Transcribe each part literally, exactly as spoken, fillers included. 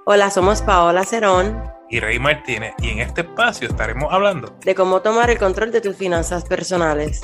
Hola, somos Paola Cerón, Y Rey Martínez, y en este espacio estaremos hablando. de cómo tomar el control de tus finanzas personales.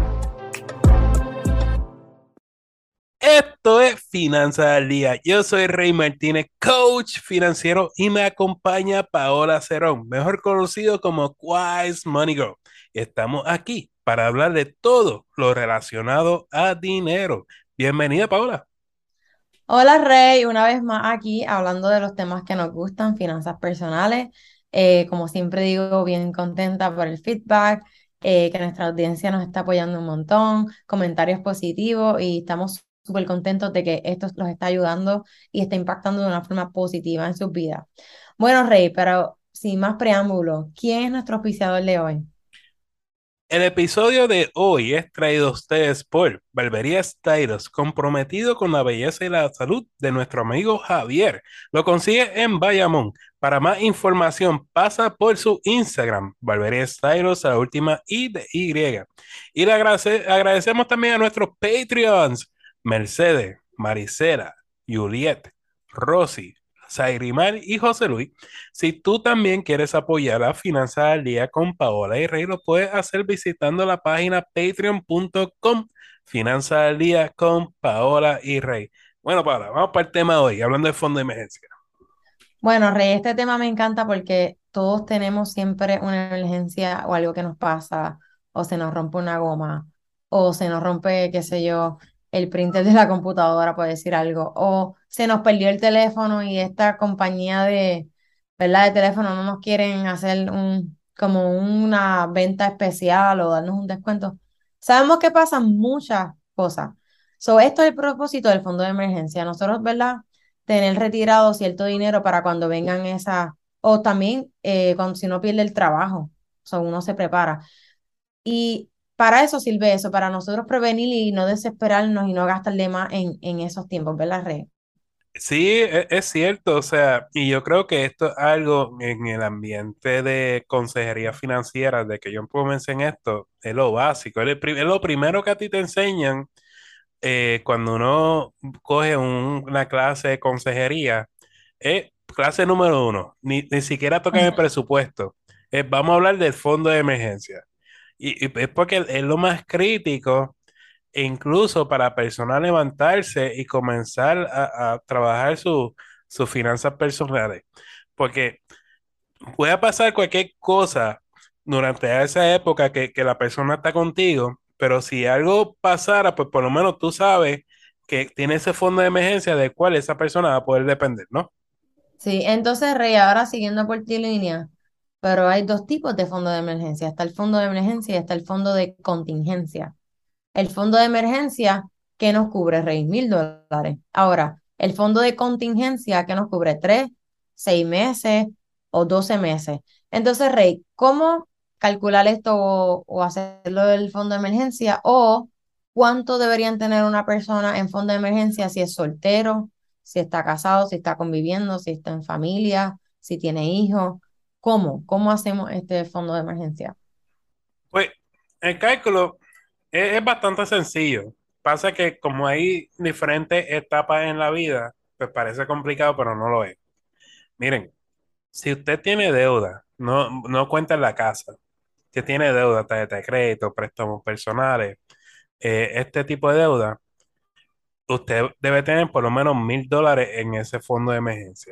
Esto es Finanzas al Día. Yo soy Rey Martínez, coach financiero, y me acompaña Paola Cerón, mejor conocido como Wise Money Girl. Estamos aquí para hablar de todo lo relacionado a dinero. Bienvenida, Paola. Hola Rey, una vez más aquí hablando de los temas que nos gustan, finanzas personales. Eh, como siempre digo, bien contenta por el feedback, eh, que nuestra audiencia nos está apoyando un montón, comentarios positivos y estamos súper contentos de que esto los está ayudando y está impactando de una forma positiva en sus vidas. Bueno, Rey, pero sin más preámbulo, ¿quién es nuestro auspiciador de hoy? El episodio de hoy es traído a ustedes por Barbería Stylos, comprometido con la belleza y la salud de nuestro amigo Javier. Lo consigue en Bayamón. Para más información, pasa por su Instagram, Barbería Stylos, a la última I de Y. Y le agradece- agradecemos también a nuestros Patreons, Mercedes, Maricela, Juliet, Rosy, Zairimar y José Luis. Si tú también quieres apoyar a Finanzas al Día con Paola y Rey, lo puedes hacer visitando la página patreon punto com, Finanzas al Día con Paola y Rey. Bueno, Paola, vamos para el tema de hoy, hablando de fondo de emergencia. Bueno, Rey, este tema me encanta porque todos tenemos siempre una emergencia o algo que nos pasa, o se nos rompe una goma, o se nos rompe, qué sé yo, el printer de la computadora, por decir algo, o se nos perdió el teléfono y esta compañía de, ¿verdad? De teléfono no nos quieren hacer un, como una venta especial o darnos un descuento. Sabemos que pasan muchas cosas. So, esto es el propósito del fondo de emergencia. Nosotros, ¿verdad? Tener retirado cierto dinero para cuando vengan esas, o también eh, cuando si uno pierde el trabajo, o sea, uno se prepara. Y para eso sirve eso, para nosotros prevenir y no desesperarnos y no gastar de más en, en esos tiempos, ¿verdad, Rey? Sí, e- es cierto, o sea, y yo creo que esto es algo en el ambiente de consejería financiera, de que yo comencé en esto, es lo básico, es, el pri- es lo primero que a ti te enseñan eh, cuando uno coge un- una clase de consejería. Es clase número uno, ni, ni siquiera tocan el presupuesto. Es, vamos a hablar del fondo de emergencia. Y, y es porque es lo más crítico, e incluso para personas levantarse y comenzar a, a trabajar su- sus finanzas personales. Porque puede pasar cualquier cosa durante esa época que, que la persona está contigo, pero si algo pasara, pues por lo menos tú sabes que tiene ese fondo de emergencia del cual esa persona va a poder depender, ¿no? Sí, entonces, Rey, ahora siguiendo por ti línea, pero hay dos tipos de fondo de emergencia. Está el fondo de emergencia y está el fondo de contingencia. El fondo de emergencia que nos cubre, Rey, mil dólares. Ahora, el fondo de contingencia que nos cubre tres, seis meses o doce meses. Entonces, Rey, ¿cómo calcular esto o, o hacerlo del fondo de emergencia? O cuánto deberían tener una persona en fondo de emergencia si es soltero, si está casado, si está conviviendo, si está en familia, si tiene hijos. ¿Cómo? ¿Cómo hacemos este fondo de emergencia? Pues el cálculo es, es bastante sencillo. Pasa que como hay diferentes etapas en la vida, pues parece complicado, pero no lo es. Miren, si usted tiene deuda, no, no cuenta en la casa, que tiene deuda, tarjeta de crédito, préstamos personales, eh, este tipo de deuda, usted debe tener por lo menos mil dólares en ese fondo de emergencia.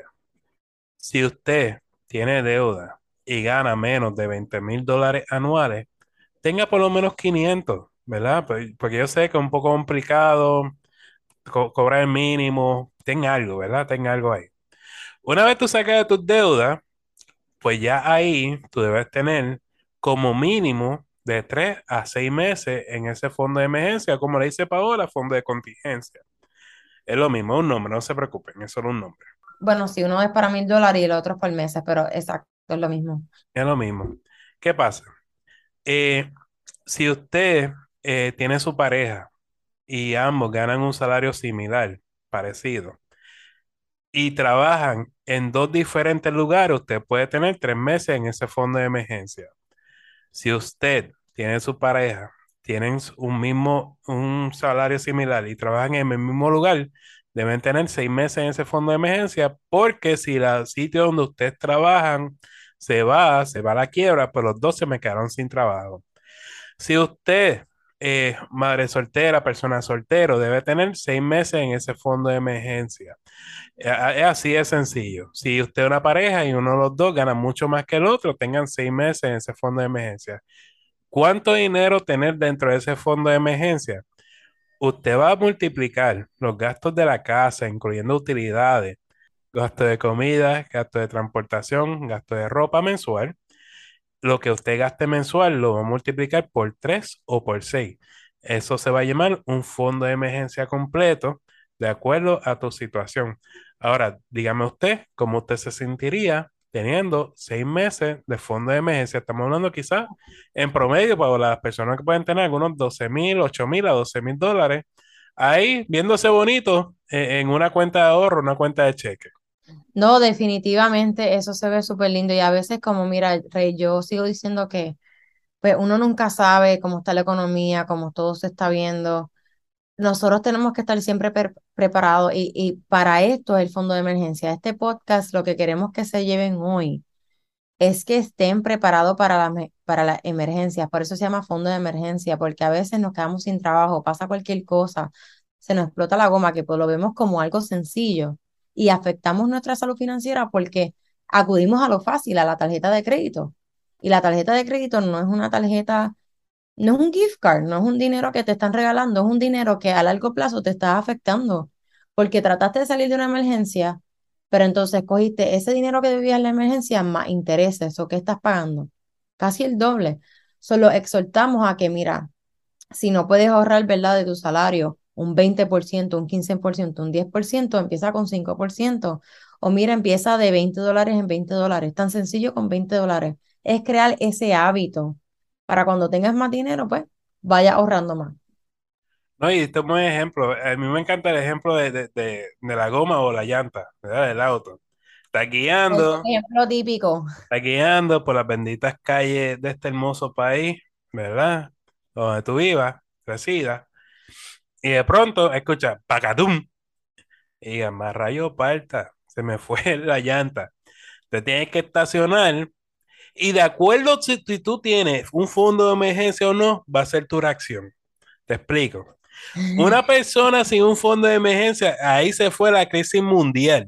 Si usted tiene deuda y gana menos de veinte mil dólares anuales, tenga por lo menos quinientos, ¿verdad? Pues- Porque yo sé que es un poco complicado co- cobrar el mínimo, tenga algo, ¿verdad? Tenga algo ahí. Una vez tú sacas de tus deudas, pues ya ahí tú debes tener como mínimo de tres a seis meses en ese fondo de emergencia, como le dice Paola, fondo de contingencia. Es lo mismo, es un nombre, no se preocupen, es solo un nombre. Bueno, si uno es para mil dólares y el otro es por meses, pero exacto, es lo mismo. Es lo mismo. ¿Qué pasa? Eh, si usted eh, tiene su pareja y ambos ganan un salario similar, parecido, y trabajan en dos diferentes lugares, usted puede tener tres meses en ese fondo de emergencia. Si usted tiene su pareja, tienen un mismo, un salario similar y trabajan en el mismo lugar, Deben tener seis meses en ese fondo de emergencia porque si el sitio donde ustedes trabajan se va, se va a la quiebra, pues los dos se me quedaron sin trabajo. Si usted es madre soltera, persona soltero, debe tener seis meses en ese fondo de emergencia. Eh, Es así de sencillo. Si usted es una pareja y uno de los dos gana mucho más que el otro, tengan seis meses en ese fondo de emergencia. ¿Cuánto dinero tener dentro de ese fondo de emergencia? Usted va a multiplicar los gastos de la casa, incluyendo utilidades, gasto de comida, gasto de transportación, gasto de ropa mensual. Lo que usted gaste mensual lo va a multiplicar por tres o por seis. Eso se va a llamar un fondo de emergencia completo de acuerdo a tu situación. Ahora, dígame usted cómo usted se sentiría teniendo seis meses de fondo de emergencia. Estamos hablando quizás en promedio para las personas que pueden tener algunos doce mil, ocho mil a doce mil dólares ahí viéndose bonito eh, en una cuenta de ahorro, una cuenta de cheque. No, definitivamente eso se ve súper lindo y a veces como, mira, Rey, yo sigo diciendo que pues uno nunca sabe cómo está la economía, cómo todo se está viendo. Nosotros tenemos que estar siempre per- preparados y, y para esto es el fondo de emergencia. Este podcast, lo que queremos que se lleven hoy es que estén preparados para la, me- para las emergencias. Por eso se llama fondo de emergencia, porque a veces nos quedamos sin trabajo, pasa cualquier cosa, se nos explota la goma, que pues lo vemos como algo sencillo y afectamos nuestra salud financiera porque acudimos a lo fácil, a la tarjeta de crédito. Y la tarjeta de crédito no es una tarjeta, no es un gift card, no es un dinero que te están regalando, es un dinero que a largo plazo te está afectando, porque trataste de salir de una emergencia, pero entonces cogiste ese dinero que debías en la emergencia más intereses, o qué estás pagando, casi el doble. Solo exhortamos a que, mira, si no puedes ahorrar, ¿verdad? De tu salario, un veinte por ciento, un quince por ciento, un diez por ciento, empieza con cinco por ciento. O mira, empieza de veinte dólares en veinte dólares. Tan sencillo con veinte dólares. Es crear ese hábito para cuando tengas más dinero, pues vaya ahorrando más. No, y esto es un ejemplo. A mí me encanta el ejemplo de, de, de, de la goma o la llanta, ¿verdad? Del auto. Está El guiando, ejemplo típico. está guiando por las benditas calles de este hermoso país, ¿verdad? Donde tú vivas, residas. Y de pronto, escucha, ¡pacatum! Y diga, más rayo parta, se me fue la llanta. Te tienes que estacionar y de acuerdo si, si tú tienes un fondo de emergencia o no, va a ser tu reacción. Te explico. Una persona sin un fondo de emergencia, ahí se fue la crisis mundial.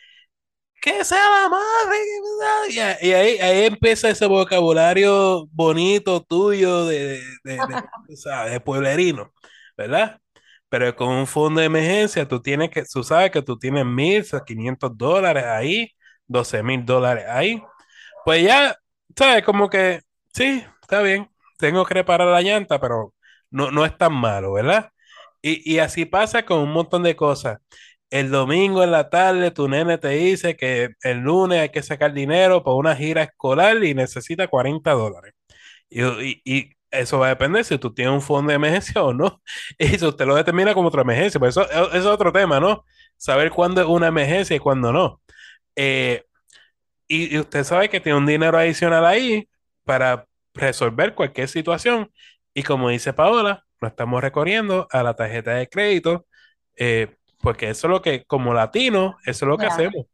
Que sea la madre. que- Y, a- y ahí, ahí empieza ese vocabulario bonito tuyo de, de, de, de, tú sabes, de pueblerino, ¿verdad? Pero con un fondo de emergencia, tú tienes que, tú sabes que tú tienes mil, quinientos dólares ahí, doce mil dólares ahí. Pues ya, ¿sabes? Como que, sí, está bien, tengo que reparar la llanta, pero no, no es tan malo, ¿verdad? Y, y así pasa con un montón de cosas. El domingo en la tarde, tu nene te dice que el lunes hay que sacar dinero para una gira escolar y necesita cuarenta dólares. Y, y- y eso va a depender si tú tienes un fondo de emergencia o no. Y si usted lo determina como otra emergencia, pues eso, eso es otro tema, ¿no? Saber cuándo es una emergencia y cuándo no. Eh, y, y usted sabe que tiene un dinero adicional ahí para resolver cualquier situación. Y como dice Paola, no estamos recorriendo a la tarjeta de crédito, eh, porque eso es lo que, como latinos, eso es lo que Ya. hacemos.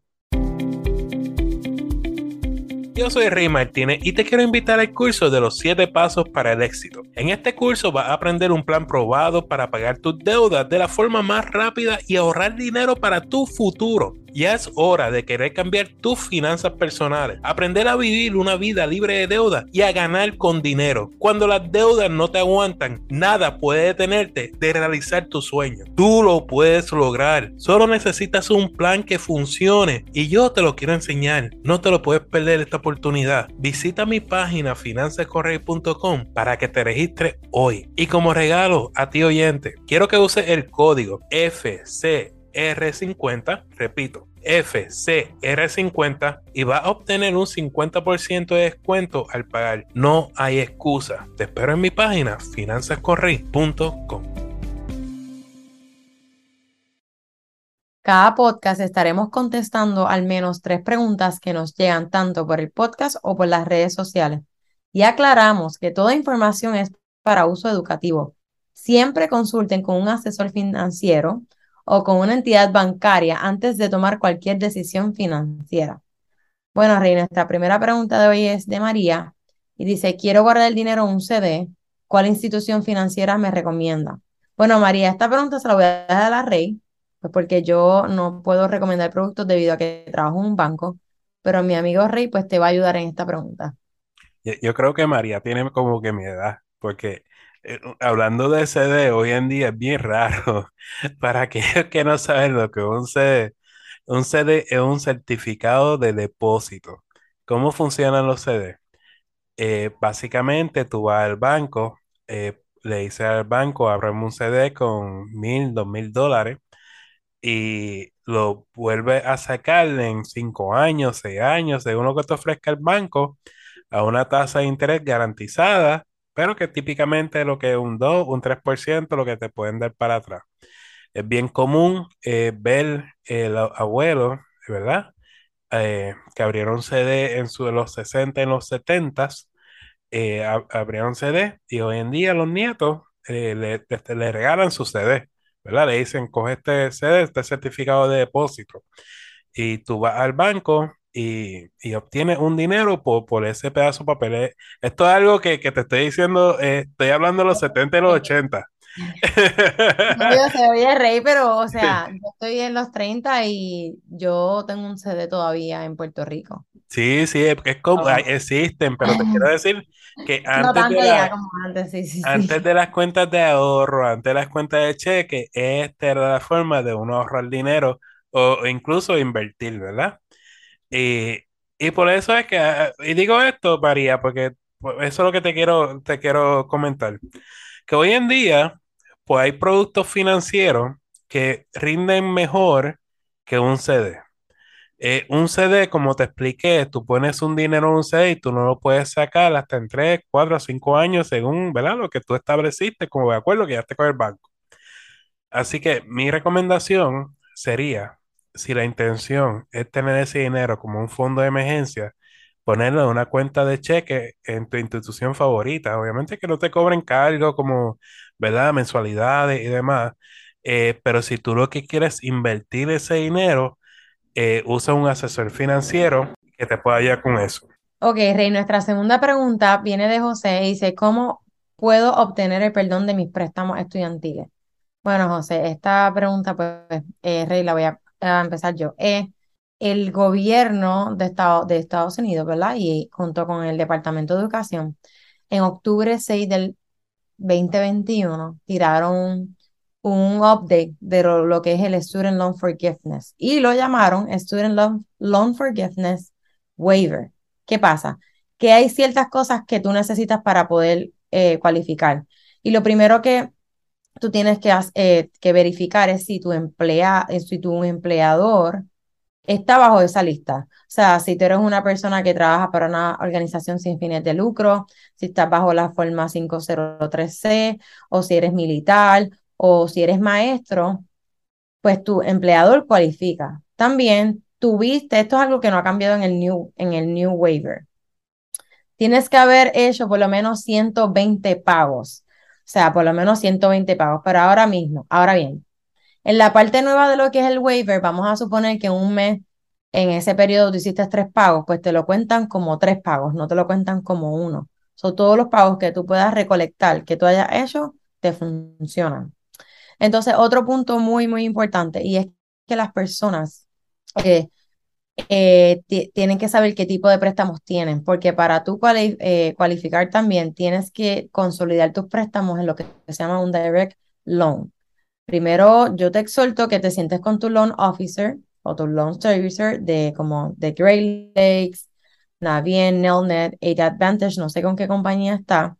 Yo soy Rey Martínez y te quiero invitar al curso de los siete pasos para el éxito. En este curso vas a aprender un plan probado para pagar tus deudas de la forma más rápida y ahorrar dinero para tu futuro. Ya es hora de querer cambiar tus finanzas personales, aprender a vivir una vida libre de deudas y a ganar con dinero. Cuando las deudas no te aguantan, nada puede detenerte de realizar tus sueños. Tú lo puedes lograr. Solo necesitas un plan que funcione y yo te lo quiero enseñar. No te lo puedes perder esta oportunidad. Visita mi página finanzas correy punto com para que te registres hoy. Y como regalo a ti oyente, quiero que uses el código F C R cincuenta, repito, F C R cincuenta y vas a obtener un cincuenta por ciento de descuento al pagar. No hay excusa. Te espero en mi página finanzas correy punto com. Cada podcast estaremos contestando al menos tres preguntas que nos llegan tanto por el podcast o por las redes sociales. Y aclaramos que toda información es para uso educativo. Siempre consulten con un asesor financiero o con una entidad bancaria antes de tomar cualquier decisión financiera? Bueno, Rey, nuestra primera pregunta de hoy es de María y dice, quiero guardar el dinero en un C D. ¿Cuál institución financiera me recomienda? Bueno, María, esta pregunta se la voy a dejar a la Rey, pues porque yo no puedo recomendar productos debido a que trabajo en un banco, pero mi amigo Rey pues te va a ayudar en esta pregunta. Yo, yo creo que María tiene como que mi edad, porque eh, hablando de C D, hoy en día es bien raro. Para aquellos que no saben lo que es un C D, un C D es un certificado de depósito. ¿Cómo funcionan los C D? Eh, básicamente tú vas al banco, eh, le dices al banco, ábreme un C D con mil, dos mil dólares y lo vuelves a sacar en cinco años, seis años, según lo que te ofrezca el banco, a una tasa de interés garantizada, pero que típicamente es lo que es un dos, un tres por ciento, lo que te pueden dar para atrás. Es bien común eh, ver el abuelo, ¿verdad? Eh, que abrieron C D en su, en los sesenta, en los setenta, eh, ab- abrieron C D y hoy en día los nietos eh, le, este, le regalan su C D, ¿verdad? Le dicen, coge este C D, este certificado de depósito y tú vas al banco y, y obtienes un dinero por, por ese pedazo de papel. Eh, Esto es algo que, que te estoy diciendo, eh, estoy hablando de los setenta y los ochenta. No, yo sé, oye, Rey, pero, o sea, yo estoy en los treinta y yo tengo un C D todavía en Puerto Rico. Sí, sí, es, es como, hay- Oh. existen, pero te quiero decir que No antes de tanto ya la, como antes, sí, sí, antes sí. de las cuentas de ahorro, antes de las cuentas de cheque, esta era la forma de uno ahorrar dinero o, o incluso invertir, ¿verdad? Y, y por eso es que, ah, y digo esto, María, porque pues, eso es lo que te quiero, te quiero comentar, que hoy en día, pues hay productos financieros que rinden mejor que un C D. Eh, un C D, como te expliqué, tú pones un dinero en un C D y tú no lo puedes sacar hasta en tres, cuatro o cinco años según, ¿verdad? Lo que tú estableciste como de acuerdo que ya te con el banco. Así que mi recomendación sería, si la intención es tener ese dinero como un fondo de emergencia, ponerlo en una cuenta de cheque en tu institución favorita. Obviamente que no te cobren cargo como, ¿verdad? Mensualidades y demás. Eh, pero si tú lo que quieres invertir ese dinero, eh, usa un asesor financiero que te pueda ayudar con eso. Ok, Rey, nuestra segunda pregunta viene de José y dice, ¿cómo puedo obtener el perdón de mis préstamos estudiantiles? Bueno, José, esta pregunta, pues, eh, Rey, la voy a, a empezar yo. Eh, el gobierno de, Estado, de Estados Unidos, ¿verdad? Y junto con el Departamento de Educación, en octubre seis del dos mil veintiuno tiraron un update de lo, lo que es el Student Loan Forgiveness y lo llamaron Student Loan, Loan Forgiveness Waiver. ¿Qué pasa? Que hay ciertas cosas que tú necesitas para poder eh, cualificar. Y lo primero que tú tienes que, eh, que verificar es si tu, emplea, eh, si tu empleador está bajo esa lista. O sea, si tú eres una persona que trabaja para una organización sin fines de lucro, si estás bajo la forma quinientos tres C, o si eres militar, o si eres maestro, pues tu empleador cualifica. También tuviste, esto es algo que no ha cambiado en el New, en el new Waiver. Tienes que haber hecho por lo menos ciento veinte pagos. O sea, por lo menos ciento veinte pagos. Pero ahora mismo, ahora bien, en la parte nueva de lo que es el waiver, vamos a suponer que en un mes, en ese periodo tú hiciste tres pagos, pues te lo cuentan como tres pagos, no te lo cuentan como uno. Son todos los pagos que tú puedas recolectar, que tú hayas hecho, te funcionan. Entonces, otro punto muy, muy importante, y es que las personas eh, eh, ti- tienen que saber qué tipo de préstamos tienen, porque para tú cuali- eh, cualificar también tienes que consolidar tus préstamos en lo que se llama un direct loan. Primero, yo te exhorto que te sientes con tu loan officer o tu loan servicer de como de Great Lakes, Navien, Nelnet, A Advantage, no sé con qué compañía está,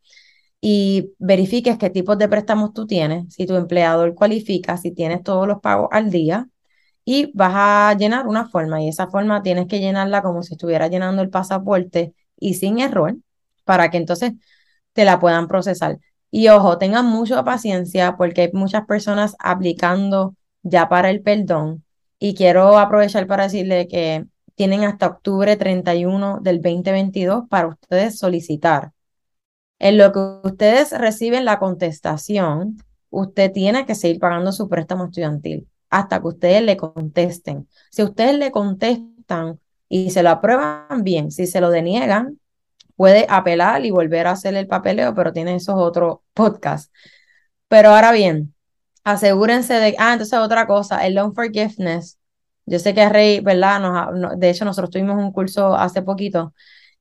y verifiques qué tipos de préstamos tú tienes, si tu empleador cualifica, si tienes todos los pagos al día, y vas a llenar una forma, y esa forma tienes que llenarla como si estuvieras llenando el pasaporte y sin error, para que entonces te la puedan procesar. Y ojo, tengan mucha paciencia porque hay muchas personas aplicando ya para el perdón. Y quiero aprovechar para decirle que tienen hasta octubre treinta y uno del dos mil veintidós para ustedes solicitar. En lo que ustedes reciben la contestación, usted tiene que seguir pagando su préstamo estudiantil. hasta que ustedes le contesten. Si ustedes le contestan y se lo aprueban bien, si se lo deniegan, puede apelar y volver a hacer el papeleo, pero tiene esos otros podcasts. Pero ahora bien, asegúrense de, ah, entonces otra cosa, el loan forgiveness. Yo sé que Rey, ¿verdad? Nos, ha- no- de hecho, nosotros tuvimos un curso hace poquito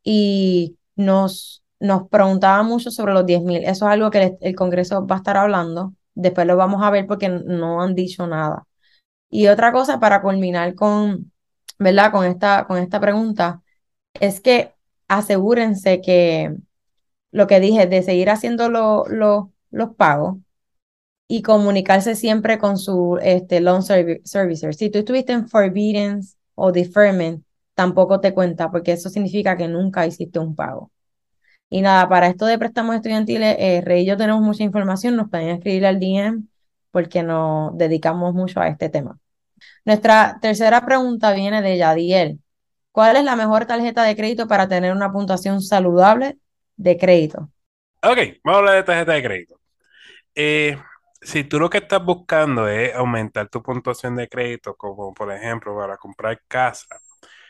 y nos, nos preguntaba mucho sobre los diez mil. Eso es algo que el, el Congreso va a estar hablando. Después lo vamos a ver porque no han dicho nada. Y otra cosa para culminar con, ¿verdad? Con esta, con esta pregunta, es que asegúrense que lo que dije, de seguir haciendo lo- lo- los pagos y comunicarse siempre con su este, loan servi- servicer. Si tú estuviste en forbearance o deferment, tampoco te cuenta porque eso significa que nunca hiciste un pago. Y nada, para esto de préstamos estudiantiles, eh, Rey y yo tenemos mucha información, nos pueden escribir al D M porque nos dedicamos mucho a este tema. Nuestra tercera pregunta viene de Yadiel. ¿Cuál es la mejor tarjeta de crédito para tener una puntuación saludable de crédito? Ok, vamos a hablar de tarjeta de crédito. Eh, si tú lo que estás buscando es aumentar tu puntuación de crédito, como por ejemplo para comprar casa,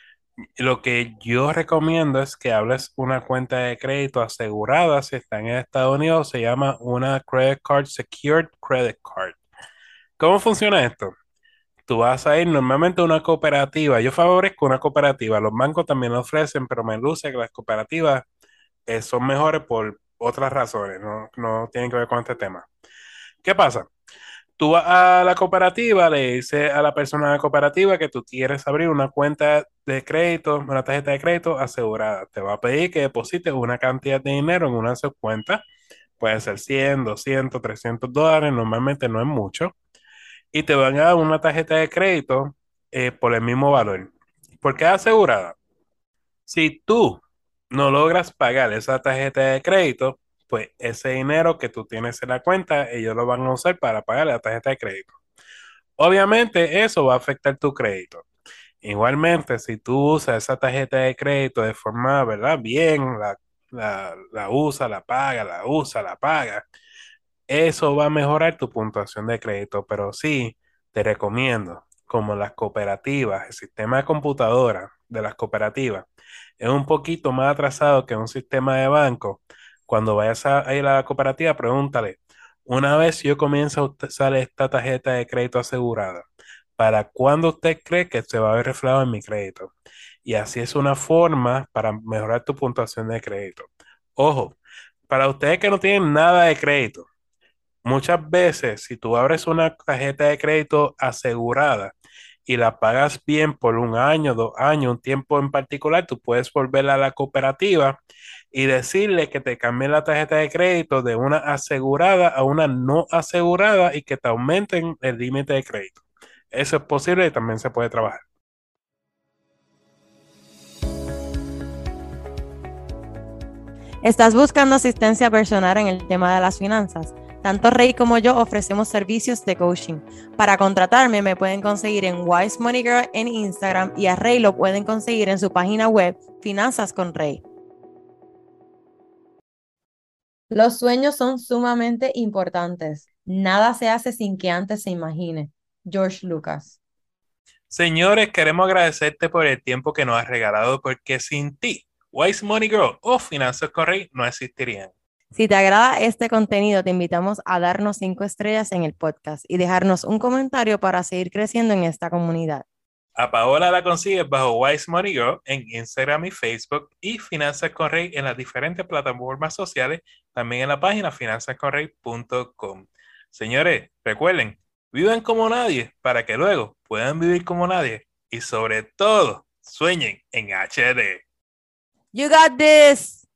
lo que yo recomiendo es que hables una cuenta de crédito asegurada. Si está en Estados Unidos, se llama una Credit Card Secured Credit Card. ¿Cómo funciona esto? Tú vas a ir normalmente a una cooperativa. Yo favorezco una cooperativa. Los bancos también lo ofrecen, pero me luce que las cooperativas eh, son mejores por otras razones. No, no tienen que ver con este tema. ¿Qué pasa? Tú vas a la cooperativa, le dices a la persona de la cooperativa que tú quieres abrir una cuenta de crédito, una tarjeta de crédito asegurada. Te va a pedir que deposites una cantidad de dinero en una de sus cuentas. Puede ser cien, doscientos, trescientos dólares. Normalmente no es mucho. Y te van a dar una tarjeta de crédito eh, por el mismo valor. ¿Por qué asegurada? Si tú no logras pagar esa tarjeta de crédito, pues ese dinero que tú tienes en la cuenta, ellos lo van a usar para pagar la tarjeta de crédito. Obviamente, eso va a afectar tu crédito. Igualmente, si tú usas esa tarjeta de crédito de forma, ¿verdad? Bien, la, la, la usa, la paga, la usa, la paga, eso va a mejorar tu puntuación de crédito. Pero sí, te recomiendo, como las cooperativas, el sistema de computadora de las cooperativas es un poquito más atrasado que un sistema de banco. Cuando vayas a ir a la cooperativa, pregúntale, una vez yo comienzo a usar esta tarjeta de crédito asegurada, ¿para cuándo usted cree que se va a ver reflejado en mi crédito? Y así es una forma para mejorar tu puntuación de crédito. Ojo, para ustedes que no tienen nada de crédito, muchas veces, si tú abres una tarjeta de crédito asegurada y la pagas bien por un año, dos años, un tiempo en particular, tú puedes volver a la cooperativa y decirle que te cambien la tarjeta de crédito de una asegurada a una no asegurada y que te aumenten el límite de crédito. Eso es posible y también se puede trabajar. ¿Estás buscando asistencia personal en el tema de las finanzas? Tanto Rey como yo ofrecemos servicios de coaching. Para contratarme me pueden conseguir en Wise Money Girl en Instagram y a Rey lo pueden conseguir en su página web Finanzas con Rey. Los sueños son sumamente importantes. Nada se hace sin que antes se imagine. George Lucas. Señores, queremos agradecerte por el tiempo que nos has regalado porque sin ti, Wise Money Girl o Finanzas con Rey no existirían. Si te agrada este contenido, te invitamos a darnos cinco estrellas en el podcast y dejarnos un comentario para seguir creciendo en esta comunidad. A Paola la consigues bajo Wise Money Girl en Instagram y Facebook y Finanzas con Rey en las diferentes plataformas sociales, también en la página finanzas con rey punto com. Señores, recuerden, vivan como nadie para que luego puedan vivir como nadie y sobre todo sueñen en H D. You got this!